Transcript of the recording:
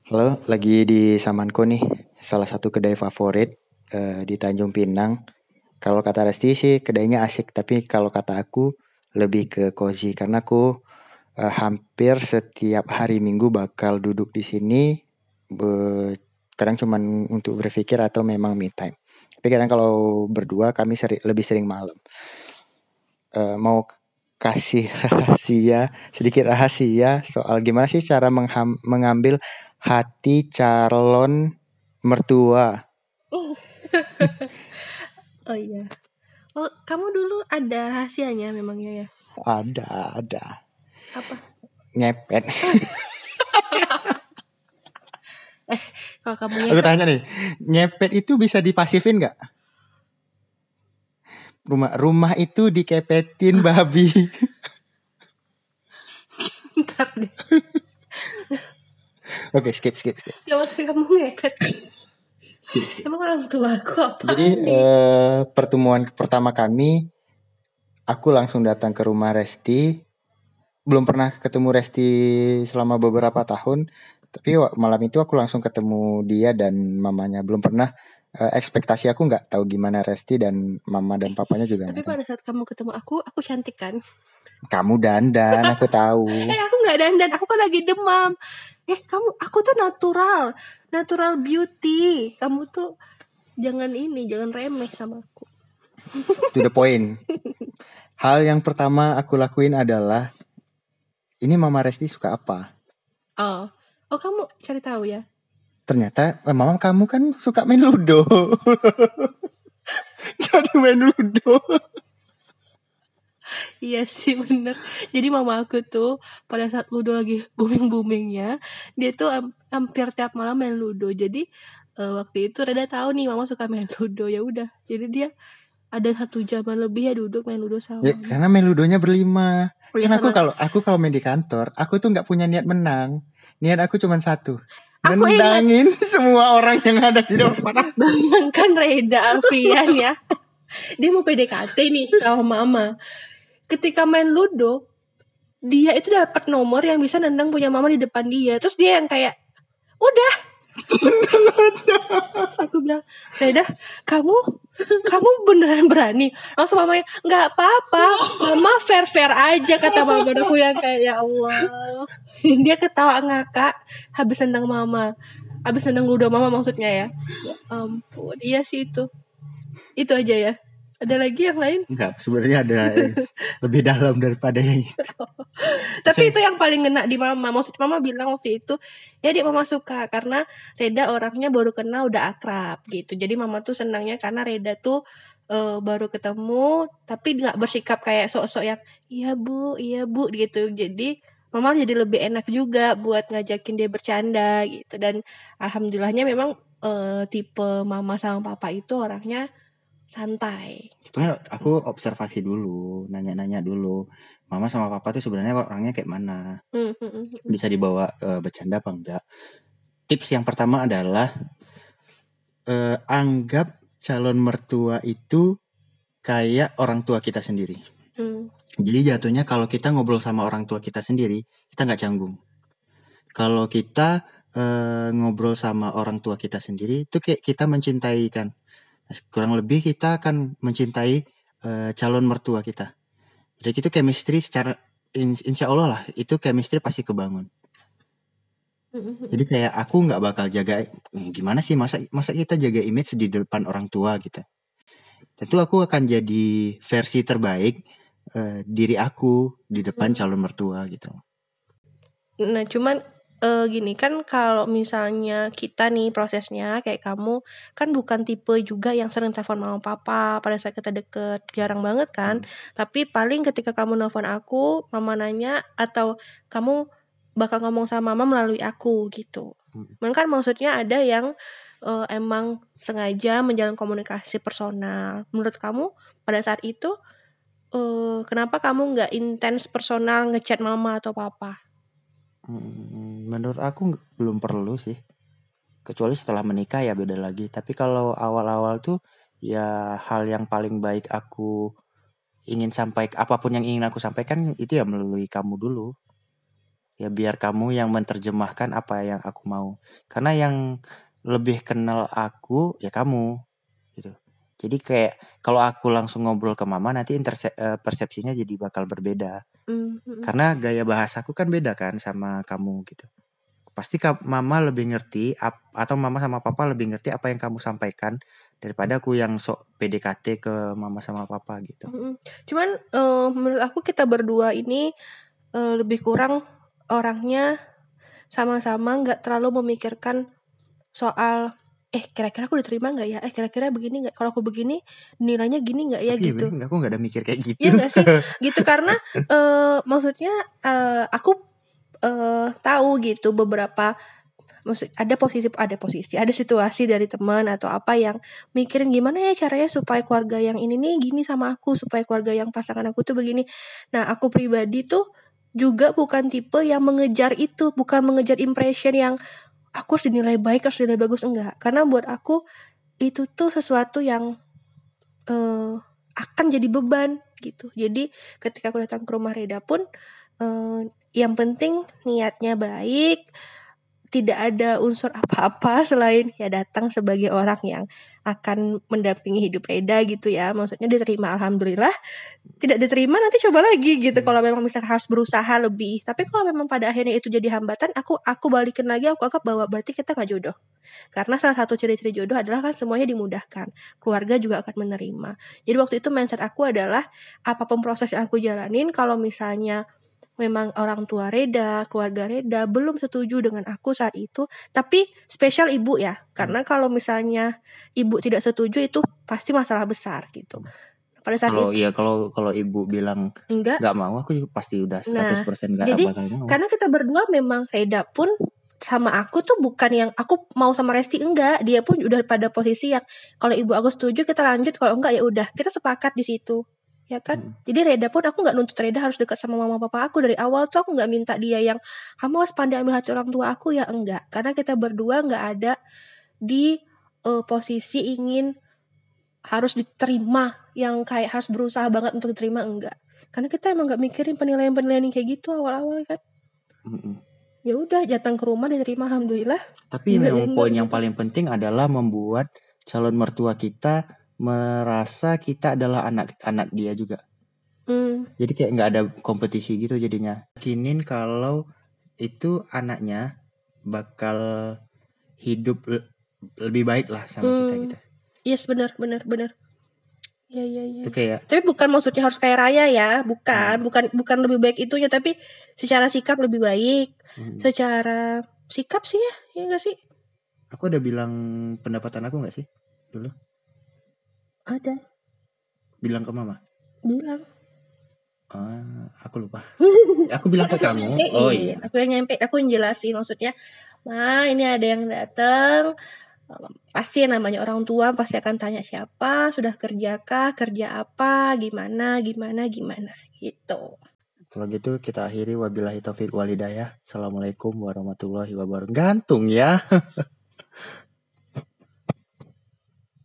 Halo, lagi di Samanko nih, salah satu kedai favorit di Tanjung Pinang. Kalau kata Resti sih kedainya asik, tapi kalau kata aku lebih ke cozy karena aku hampir setiap hari Minggu bakal duduk di sini, kadang cuman untuk berpikir atau memang me time. Tapi kadang kalau berdua kami lebih sering malam. Mau kasih sedikit rahasia soal gimana sih cara mengambil hati calon mertua. Oh, oh iya. Oh, kamu dulu ada rahasianya memangnya ya? Ada Apa? ngepet. Kalau kamu Aku ngepet, tanya nih, ngepet itu bisa dipasifin nggak? Rumah itu dikepetin babi. ntar deh. Oke, skip. Gak maksud kamu ngepet. Skip. Emang orang tua aku apa Jadi nih? pertemuan pertama kami, aku langsung datang ke rumah Resti. Belum pernah ketemu Resti selama beberapa tahun, tapi malam itu aku langsung ketemu dia dan mamanya. Belum pernah, ekspektasi aku nggak tahu gimana Resti dan mama dan papanya juga Tapi nggak tahu. pada saat kamu ketemu aku cantik kan? Kamu dandan, aku tahu. Aku nggak dandan, aku kan lagi demam. Aku tuh natural beauty. Kamu tuh jangan remeh sama aku. To the point. Hal yang pertama aku lakuin adalah, ini mama Resti suka apa? Oh kamu cari tahu ya? Ternyata mama kamu kan suka main ludo. Jadi main ludo. Iya sih bener. Jadi mama aku tuh pada saat Ludo lagi booming-boomingnya, dia tuh hampir tiap malam main Ludo. Jadi waktu itu Reda tahu nih mama suka main Ludo, ya udah. Jadi dia ada 1 jaman lebih ya duduk main Ludo sama Ya mama. karena main ludonya berlima. Oh, ya, Kan sama. aku kalau main di kantor, aku tuh nggak punya niat menang. Niat aku cuma satu, Aku ingat, nendangin semua orang yang ada di depan aku. bayangkan Reda Alfian ya. Dia mau PDKT nih sama mama. Ketika main Ludo, dia itu dapat nomor yang bisa nendang punya mama di depan dia. Terus dia yang kayak, udah. Terus aku bilang, Reda, kamu beneran berani? Langsung mamanya, nggak apa-apa, mama fair aja, kata mama. Aku yang kayak, ya Allah. Dan dia ketawa ngakak habis nendang ludo mama maksudnya ya. Ya ampun, iya sih itu aja ya. Ada lagi yang lain? Enggak, sebenarnya ada yang lebih dalam daripada yang itu. Tapi itu yang paling ngena di mama. Maksud mama bilang waktu itu, ya dia mama suka karena Reda orangnya baru kenal udah akrab gitu. Jadi mama tuh senangnya karena Reda tuh baru ketemu tapi nggak bersikap kayak sok-sok yang iya bu gitu. Jadi mama jadi lebih enak juga buat ngajakin dia bercanda gitu. Dan alhamdulillahnya memang tipe mama sama papa itu orangnya santai. Sebenarnya aku observasi dulu, nanya-nanya dulu. Mama sama papa tuh sebenarnya orangnya kayak mana? Bisa dibawa bercanda apa enggak? Tips yang pertama adalah anggap calon mertua itu kayak orang tua kita sendiri. Jadi jatuhnya kalau kita ngobrol sama orang tua kita sendiri, kita nggak canggung. Kalau kita ngobrol sama orang tua kita sendiri, itu kayak kita mencintai kan. Kurang lebih kita akan mencintai calon mertua kita. Jadi itu chemistry secara insya Allah lah, itu chemistry pasti kebangun. Jadi kayak aku nggak bakal jaga, gimana sih masa kita jaga image di depan orang tua gitu. Tentu aku akan jadi versi terbaik diri aku di depan calon mertua gitu. Nah, cuman gini kan kalau misalnya kita nih prosesnya kayak kamu kan bukan tipe juga yang sering telepon mama papa pada saat kita deket, jarang banget kan. Tapi paling ketika kamu nelfon aku, mama nanya atau kamu bakal ngomong sama mama melalui aku gitu. Kan maksudnya ada yang emang sengaja menjalin komunikasi personal. Menurut kamu pada saat itu kenapa kamu nggak intens personal ngechat mama atau papa? Menurut aku belum perlu sih. Kecuali setelah menikah ya beda lagi. Tapi kalau awal-awal tuh ya hal yang paling baik aku ingin sampaikan, apapun yang ingin aku sampaikan itu ya melalui kamu dulu. Ya biar kamu yang menerjemahkan apa yang aku mau. Karena yang lebih kenal aku ya kamu gitu. Jadi kayak kalau aku langsung ngobrol ke mama nanti persepsinya jadi bakal berbeda. Karena gaya bahasaku kan beda kan sama kamu gitu. Pasti mama lebih ngerti atau mama sama papa lebih ngerti apa yang kamu sampaikan daripada aku yang sok PDKT ke mama sama papa gitu. Cuman menurut aku kita berdua ini lebih kurang orangnya sama-sama nggak terlalu memikirkan soal kira-kira aku diterima nggak ya? Kira-kira begini nggak? Kalau aku begini nilainya gini nggak ya? Tapi gitu. Aku nggak ada mikir kayak gitu. Iya nggak sih? Gitu karena maksudnya aku tahu gitu beberapa ada situasi dari teman atau apa yang mikirin gimana ya caranya supaya keluarga yang ini nih gini sama aku, supaya keluarga yang pasangan aku tuh begini. Nah, aku pribadi tuh juga bukan tipe yang mengejar itu, bukan mengejar impression yang aku harus dinilai baik, harus dinilai bagus, enggak. Karena buat aku itu tuh sesuatu yang akan jadi beban gitu. Jadi ketika aku datang ke rumah Reda pun yang penting niatnya baik, tidak ada unsur apa-apa selain ya datang sebagai orang yang akan mendampingi hidup Reda gitu ya. Maksudnya diterima alhamdulillah, tidak diterima nanti coba lagi gitu. Kalau memang misalkan harus berusaha lebih. Tapi kalau memang pada akhirnya itu jadi hambatan, aku balikin lagi, aku anggap bahwa berarti kita gak jodoh. Karena salah satu ciri-ciri jodoh adalah kan semuanya dimudahkan. Keluarga juga akan menerima. Jadi waktu itu mindset aku adalah apapun proses yang aku jalanin, kalau misalnya memang orang tua Reda, keluarga Reda belum setuju dengan aku saat itu, tapi spesial ibu ya, karena kalau misalnya ibu tidak setuju itu pasti masalah besar gitu. Pada saat itu kalau ibu bilang nggak mau, aku juga pasti udah 100% nggak bakal mau. Karena kita berdua memang Reda pun sama aku tuh bukan yang aku mau sama Resti, enggak, dia pun udah pada posisi yang kalau ibu aku setuju kita lanjut, kalau enggak ya udah kita sepakat di situ. Ya kan? Jadi Reda pun aku gak nuntut Reda harus dekat sama mama papa aku. Dari awal tuh aku gak minta dia yang kamu harus pandai ambil hati orang tua aku, ya enggak. Karena kita berdua gak ada di posisi ingin harus diterima, yang kayak harus berusaha banget untuk diterima, enggak. Karena kita emang gak mikirin penilaian-penilaian kayak gitu awal-awal kan. Ya udah datang ke rumah diterima alhamdulillah. Tapi memang poin yang paling penting adalah membuat calon mertua kita merasa kita adalah anak-anak dia juga. Jadi kayak nggak ada kompetisi gitu jadinya. Yakinin kalau itu anaknya bakal hidup lebih baik lah sama kita gitu. Yes, benar. Ya. Itu kayak, tapi bukan maksudnya harus kayak Raya ya, bukan lebih baik itunya, tapi secara sikap lebih baik. Secara sikap sih ya nggak sih? Aku udah bilang pendapatan aku nggak sih dulu? Ada. Bilang ke mama? Bilang. Aku lupa. Aku bilang ke kamu. Oh iya. Aku yang nyampe, aku yang jelasin maksudnya. Ma, ini ada yang datang. Pasti namanya orang tua pasti akan tanya siapa, sudah kerjakah, kerja apa, gimana gitu. Kalau gitu kita akhiri, wabillahi taufiq wal hidayah. Assalamualaikum warahmatullahi wabarakatuh. Gantung ya.